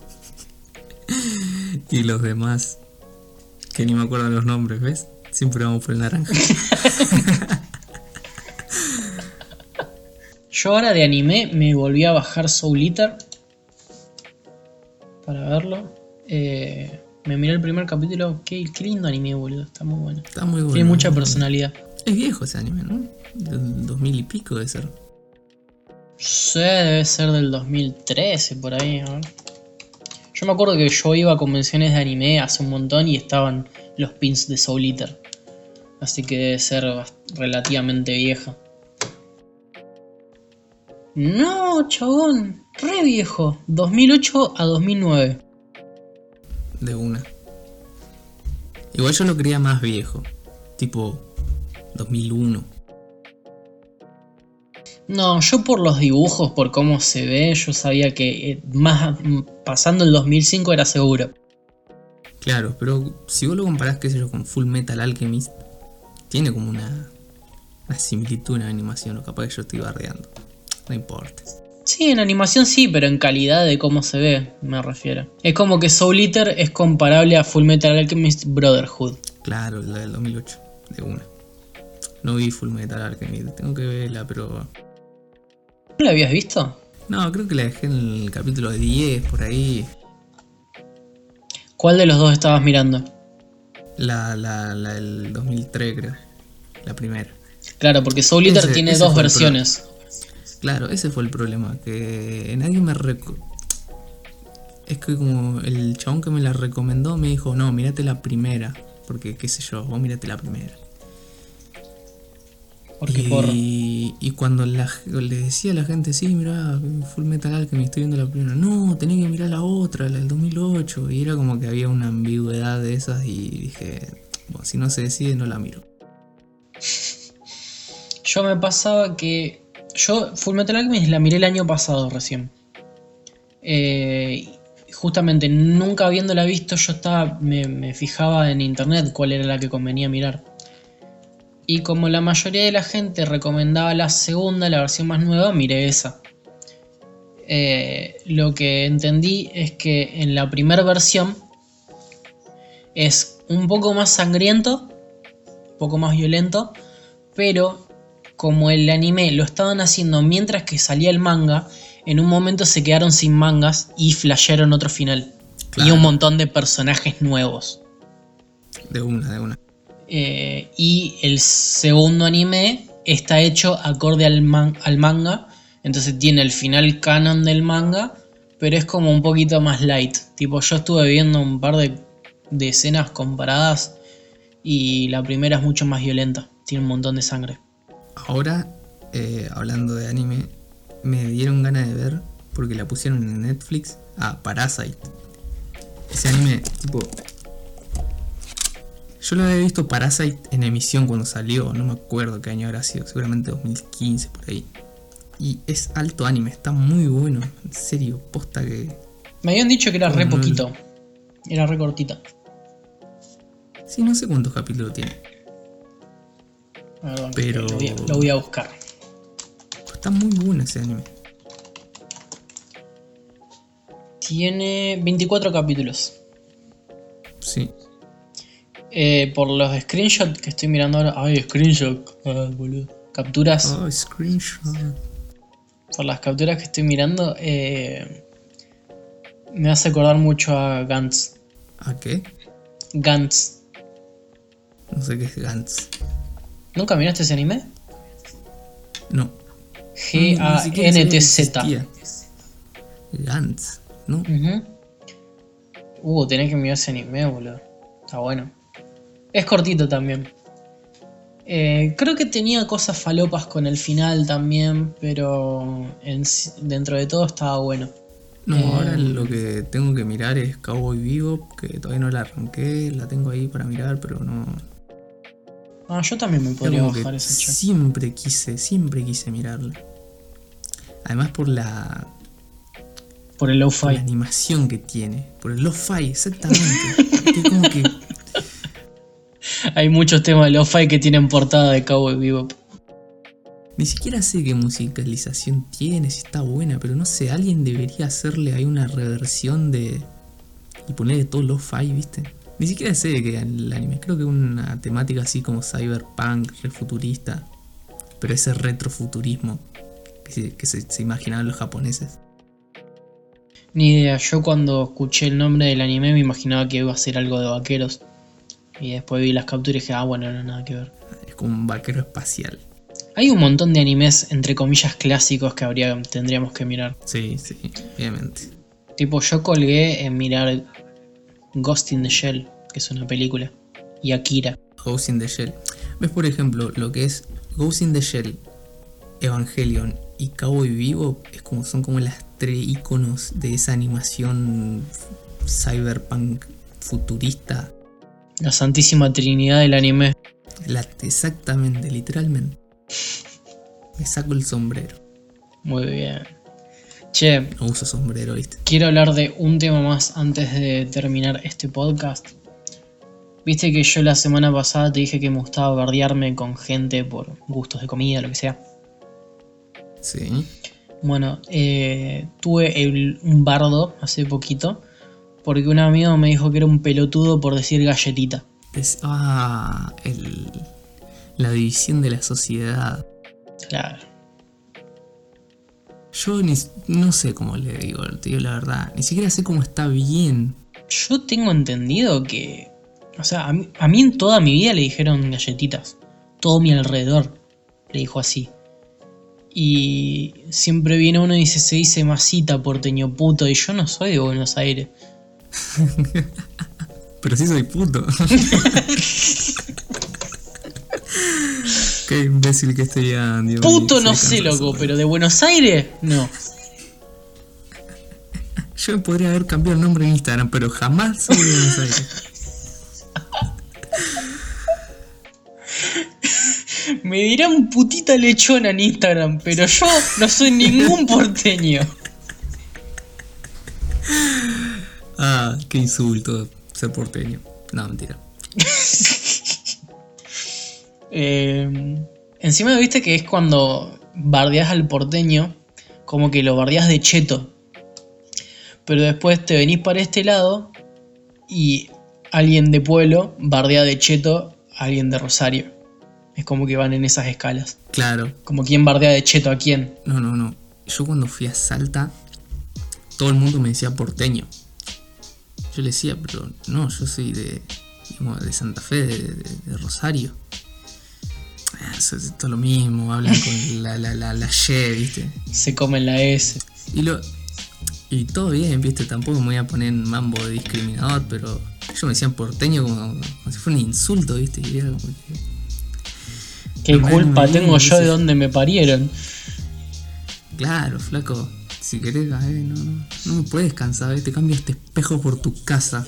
y los demás. Que ni me acuerdo los nombres, ¿ves? Siempre vamos por el naranja. Yo ahora de anime me volví a bajar Soul Eater para verlo. Me miré el primer capítulo. Qué lindo anime, boludo. Está muy bueno. Está muy bueno. Tiene mucha personalidad. Es viejo ese anime, ¿no? Del 2000 y pico debe ser. Sí, debe ser del 2013 por ahí. A ver. Yo me acuerdo que yo iba a convenciones de anime hace un montón y estaban los pins de Soul Eater. Así que debe ser relativamente vieja. No, chabón. Re viejo. 2008 a 2009. De una. Igual yo lo creía más viejo. Tipo 2001. No, yo por los dibujos, por cómo se ve, yo sabía que más pasando el 2005 era seguro. Claro, pero si vos lo comparás, qué sé yo, con Full Metal Alchemist, tiene como una similitud en la animación, o capaz que yo estoy bardeando. No importa. Sí, en animación sí, pero en calidad de cómo se ve, me refiero. Es como que Soul Eater es comparable a Full Metal Alchemist Brotherhood. Claro, la del 2008, de una. No vi Full Metal Alchemist, tengo que verla, pero... ¿No la habías visto? No, creo que la dejé en el capítulo 10, por ahí. ¿Cuál de los dos estabas mirando? La del 2003, creo. La primera. Claro, porque Soul Eater tiene ese dos fue el versiones. Claro, ese fue el problema, que nadie me... Es que como el chabón que me la recomendó me dijo, no, mírate la primera, porque qué sé yo, vos mírate la primera. Porque porro. Y cuando le decía a la gente, sí, mirá, Full Metal Alchemist, estoy viendo la primera, no, tenés que mirar la otra, la del 2008, y era como que había una ambigüedad de esas y dije, bueno, si no se decide no la miro. Yo me pasaba que... Yo Full Metal Alchemist la miré el año pasado recién. Justamente nunca habiéndola visto yo me fijaba en internet cuál era la que convenía mirar. Y como la mayoría de la gente recomendaba la segunda, la versión más nueva, miré esa. Lo que entendí es que en la primera versión es un poco más sangriento, un poco más violento, pero como el anime lo estaban haciendo mientras que salía el manga, en un momento se quedaron sin mangas y flashearon otro final. Claro. Y un montón de personajes nuevos. De una. Y el segundo anime está hecho acorde al manga. Entonces tiene el final canon del manga, pero es como un poquito más light. Tipo, yo estuve viendo un par de escenas comparadas y la primera es mucho más violenta. Tiene un montón de sangre. Ahora, hablando de anime, me dieron ganas de ver, porque la pusieron en Netflix, a Parasite. Ese anime, tipo... Yo lo había visto Parasite en emisión cuando salió, no me acuerdo qué año habrá sido, seguramente 2015 por ahí. Y es alto anime, está muy bueno, en serio, posta que... Me habían dicho que era re No, poquito. Era re cortita. Sí, no sé cuántos capítulos tiene, A ver, pero... lo voy a buscar. Está muy bueno ese anime. Tiene 24 capítulos. Sí. Por los screenshots que estoy mirando ahora. Ay, screenshot. Boludo. Capturas. Oh, screenshot. Por las capturas que estoy mirando. Me hace acordar mucho a Gantz. ¿A qué? Gantz. No sé qué es Gantz. ¿Nunca miraste ese anime? No. G-A-N-T-Z. Gantz, ¿no? Tenés que mirar ese anime, boludo. Está bueno. Es cortito también. Creo que tenía cosas falopas con el final también, pero dentro de todo estaba bueno. No, ahora lo que tengo que mirar es Cowboy Bebop, que todavía no la arranqué, la tengo ahí para mirar, pero no... Yo también me podría Como que bajar ese chat. siempre quise mirarla. Además por la Por el por la lo-fi. animación que tiene, por el lo-fi, exactamente. Que como que Hay muchos temas de lo-fi que tienen portada de Cowboy Bebop. ni siquiera sé qué musicalización tiene, si está buena, pero no sé, alguien debería hacerle ahí una reversión de y ponerle todo lo-fi, ¿viste? Ni siquiera sé de qué es el anime, creo que es una temática así como cyberpunk, refuturista, pero ese retrofuturismo que se imaginaban los japoneses. Ni idea, yo cuando escuché el nombre del anime me imaginaba que iba a ser algo de vaqueros. Y después vi las capturas y dije, bueno, no, nada que ver. Es como un vaquero espacial. Hay un montón de animes, entre comillas, clásicos que tendríamos que mirar. Sí, obviamente. Tipo, yo colgué en mirar Ghost in the Shell, que es una película, y Akira. Ghost in the Shell. ¿Ves, por ejemplo, lo que es Ghost in the Shell, Evangelion y Cowboy Bebop? Son como las tres iconos de esa animación cyberpunk futurista. La santísima trinidad del anime. Exactamente, literalmente. Me saco el sombrero. Muy bien. Che, No uso sombrero, ¿viste? quiero hablar de un tema más antes de terminar este podcast. Viste que yo la semana pasada te dije que me gustaba bardearme con gente por gustos de comida, lo que sea. Sí. Bueno, tuve un bardo hace poquito porque un amigo me dijo que era un pelotudo por decir galletita. La división de la sociedad. Claro. Yo no sé cómo le digo, te digo la verdad. Ni siquiera sé cómo está bien. Yo tengo entendido que... O sea, a mí en toda mi vida le dijeron galletitas. Todo mi alrededor le dijo así. Y siempre viene uno y dice, se dice masita, porteño puto. Y yo no soy de Buenos Aires. Pero sí soy puto. Qué imbécil que estoy ya, Dios Puto mío, no soy sé, cansado. loco, pero de Buenos Aires, no. Yo me podría haber cambiado el nombre en Instagram, pero jamás soy de Buenos Aires. Me dirán putita lechona en Instagram, pero yo no soy ningún porteño. Ah, qué insulto ser porteño. No, mentira. Encima viste que es cuando bardeás al porteño, como que lo bardeás de cheto. Pero después te venís para este lado y alguien de pueblo bardea de cheto a alguien de Rosario. Es como que van en esas escalas. Claro. Como quién bardea de cheto a quién. No. Yo cuando fui a Salta, todo el mundo me decía porteño. Yo le decía, pero no, yo soy de Santa Fe, de Rosario. Eso es todo lo mismo, hablan con la Y, ¿viste? Se comen la S. Y todo bien, ¿viste? Tampoco me voy a poner en mambo de discriminador, pero ellos me decían porteño como si fuera un insulto, ¿viste? Y era como que... ¿Qué culpa tengo yo de donde me parieron? Claro, flaco. Si querés, no me puedes cansar, te cambio este espejo por tu casa.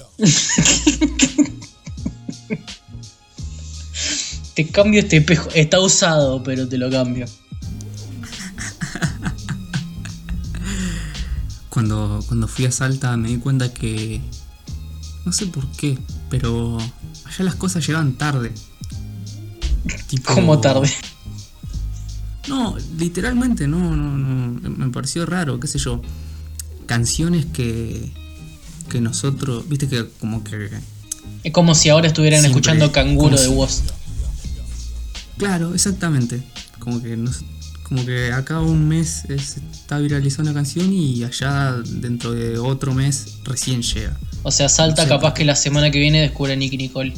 Te cambio este espejo. Está usado, pero te lo cambio. Cuando fui a Salta me di cuenta que... No sé por qué, pero allá las cosas llegan tarde. Tipo... ¿Cómo tarde? No, literalmente no. Me pareció raro, qué sé yo. Canciones que nosotros... Viste que como que... Es como si ahora estuvieran siempre, escuchando Canguro de Woz. Claro, exactamente. Como que acá un mes se está viralizando una canción y allá dentro de otro mes recién llega. O sea, Salta, capaz que la semana que viene descubre a Nicki Nicole.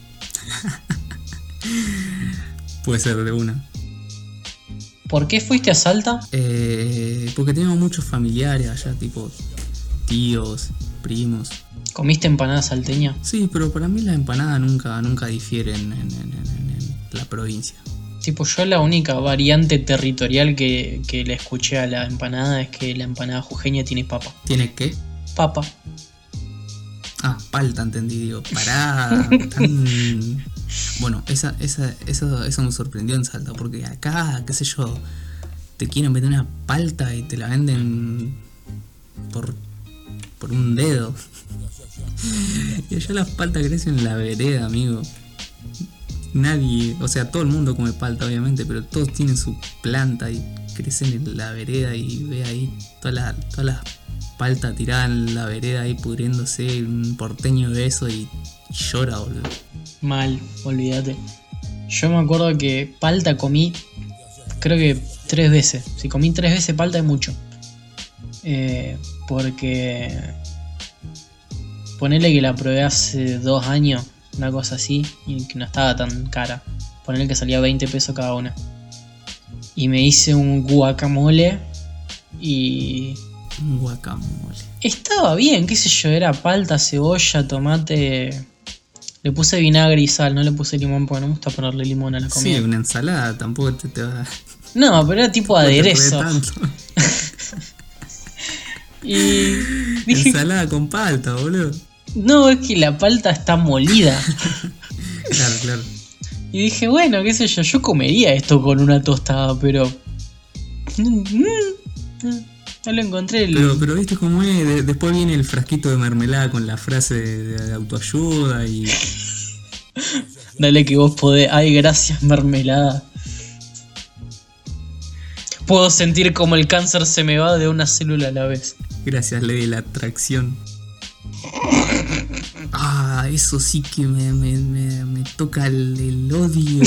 Puede ser de una. ¿Por qué fuiste a Salta? Porque tengo muchos familiares allá, tipo tíos, primos. ¿Comiste empanada salteña? Sí, pero para mí las empanadas nunca difieren en la provincia. Tipo, yo la única variante territorial que le escuché a la empanada es que la empanada jujeña tiene papa. ¿Tiene qué? Papa. Ah, palta, entendí, digo, pará. Bueno, eso me sorprendió en Salta, porque acá, qué sé yo, te quieren meter una palta y te la venden por un dedo. Y allá las paltas crecen en la vereda, amigo. Nadie, o sea, todo el mundo come palta, obviamente, pero todos tienen su planta y crecen en la vereda y ve ahí todas las paltas tiradas en la vereda ahí pudriéndose, un porteño de eso y llora, boludo. Mal, olvídate. Yo me acuerdo que palta comí, creo que 3 veces. Si comí 3 veces palta es mucho. Porque... Ponele que la probé hace 2 años, una cosa así, y que no estaba tan cara. Ponele que salía 20 pesos cada una. Y me hice un guacamole y... Un guacamole. Estaba bien, qué sé yo, era palta, cebolla, tomate... Le puse vinagre y sal, no le puse limón porque no me gusta ponerle limón a la comida. Sí, una ensalada, tampoco te va... No, pero era tipo aderezo. Y dije, ensalada con palta, boludo. No, es que la palta está molida. Claro. Y dije, bueno, qué sé yo comería esto con una tostada, pero... No lo encontré. Pero viste cómo es, después viene el frasquito de mermelada con la frase de autoayuda y... Dale que vos podés. Ay, gracias, mermelada. Puedo sentir como el cáncer se me va de una célula a la vez. Gracias, ley de la atracción. Ah, eso sí que me toca el odio.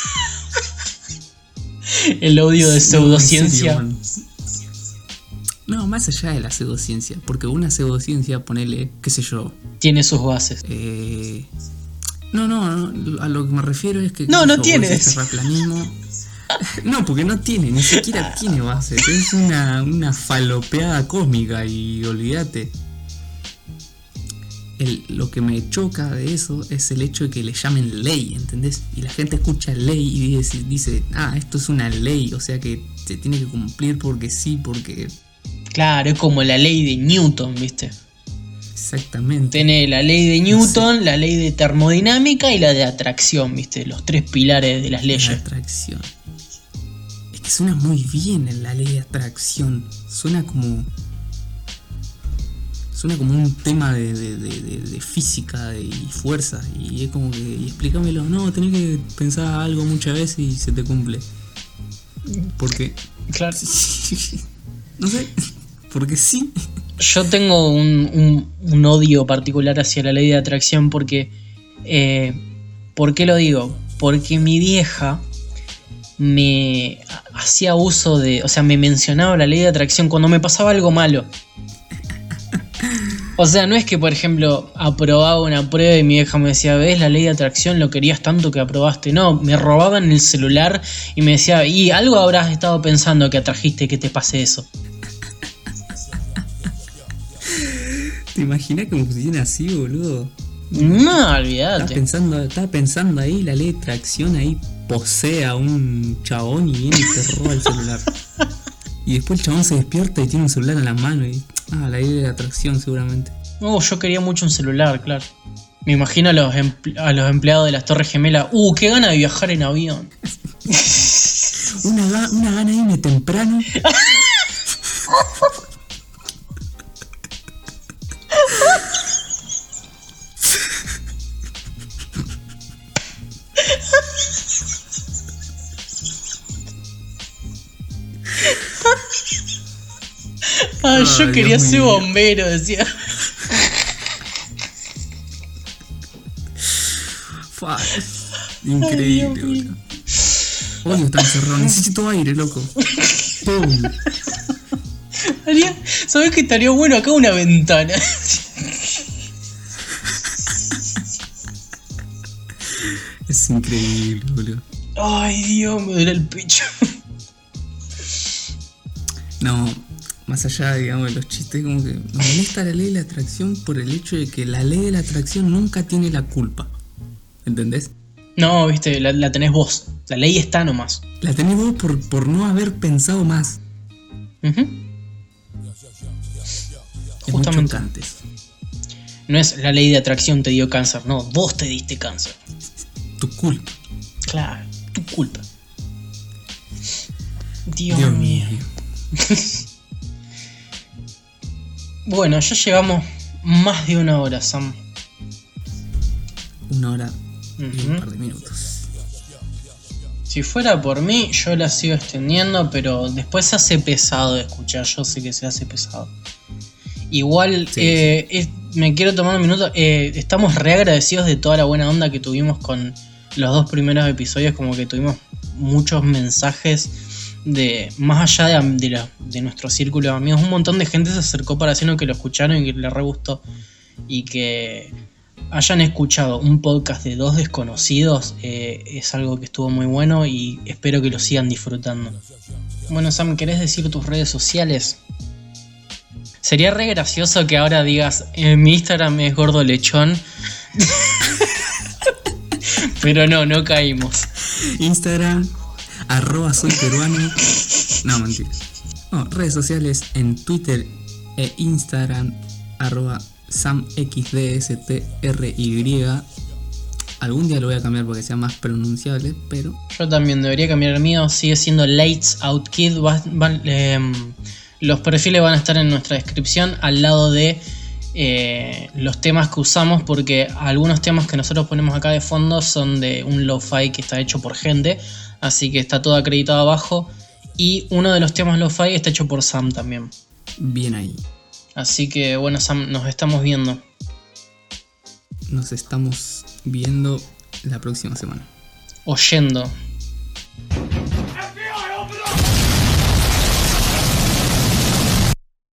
El odio de pseudociencia. No, no, más allá de la pseudociencia. Porque una pseudociencia, ponele, qué sé yo. Tiene sus bases. No, a lo que me refiero es que... No tiene. Terraplanismo. No, porque no tiene, ni siquiera tiene bases. Es una falopeada cósmica y olvídate. Lo que me choca de eso es el hecho de que le llamen ley, ¿entendés? Y la gente escucha ley y dice, esto es una ley, o sea que se tiene que cumplir porque sí, porque... Claro, es como la ley de Newton, ¿viste? Exactamente. Tiene la ley de Newton, la ley de termodinámica y la de atracción, ¿viste? Los 3 pilares de las leyes. La atracción. Es que suena muy bien en la ley de atracción. Suena como un tema de física y fuerza. Y es como que, y explícamelo. No, tenés que pensar algo muchas veces y se te cumple. Porque... Claro. No sé, porque sí. Yo tengo un odio particular hacia la ley de atracción porque... ¿por qué lo digo? Porque mi vieja me hacía uso de... O sea, me mencionaba la ley de atracción cuando me pasaba algo malo. O sea, no es que, por ejemplo, aprobaba una prueba y mi vieja me decía, ¿ves la ley de atracción? Lo querías tanto que aprobaste. No, me robaban el celular y me decía, y algo habrás estado pensando que atrajiste que te pase eso. ¿Te imaginas que me pusieran así, boludo? No, olvídate. Estaba pensando ahí, la ley de atracción ahí posee a un chabón y viene y te roba el celular. Y después el chabón se despierta y tiene un celular en la mano y... la ley de atracción seguramente. Yo quería mucho un celular, claro. Me imagino a los empleados de las Torres Gemelas. Qué gana de viajar en avión. una gana de irme temprano. Yo quería ser bombero, decía. Increíble, boludo. Odio estar encerrado, necesito aire, loco. ¡Pum! ¿Sabes qué estaría bueno acá una ventana? Es increíble, boludo. Ay, Dios, me duele el pecho. No, más allá, digamos, de los chistes, como que me molesta la ley de la atracción por el hecho de que la ley de la atracción nunca tiene la culpa. ¿Entendés? No, viste, la tenés vos. La ley está nomás. La tenés vos por no haber pensado más. Justamente. Antes. No es la ley de atracción te dio cáncer, no, vos te diste cáncer. Tu culpa. Claro, tu culpa. Dios mío. Bueno, ya llevamos más de una hora, Sam. 1 hora y un par de minutos. Si fuera por mí, yo la sigo extendiendo, pero después se hace pesado de escuchar. Yo sé que se hace pesado. Igual, sí. Me quiero tomar un minuto. Estamos re agradecidos de toda la buena onda que tuvimos con los 2 primeros episodios. Como que tuvimos muchos mensajes de más allá de nuestro círculo de amigos. Un montón de gente se acercó para decirnos que lo escucharon y que les re gustó. Y que hayan escuchado un podcast de 2 desconocidos es algo que estuvo muy bueno y espero que lo sigan disfrutando. Bueno, Sam, ¿querés decir tus redes sociales? Sería re gracioso que ahora digas, mi Instagram es gordo lechón. Pero no caímos. Instagram, @soyperuano. No, mentira. No, redes sociales en Twitter e Instagram, @samxdstry. Algún día lo voy a cambiar porque sea más pronunciable, pero... Yo también debería cambiar el mío. Sigue siendo Lights Out Kid. Los perfiles van a estar en nuestra descripción al lado de los temas que usamos, porque algunos temas que nosotros ponemos acá de fondo son de un lo-fi que está hecho por gente, así que está todo acreditado abajo, y uno de los temas lo-fi está hecho por Sam también. Bien ahí. Así que bueno, Sam, nos estamos viendo. Nos estamos viendo la próxima semana. Oyendo.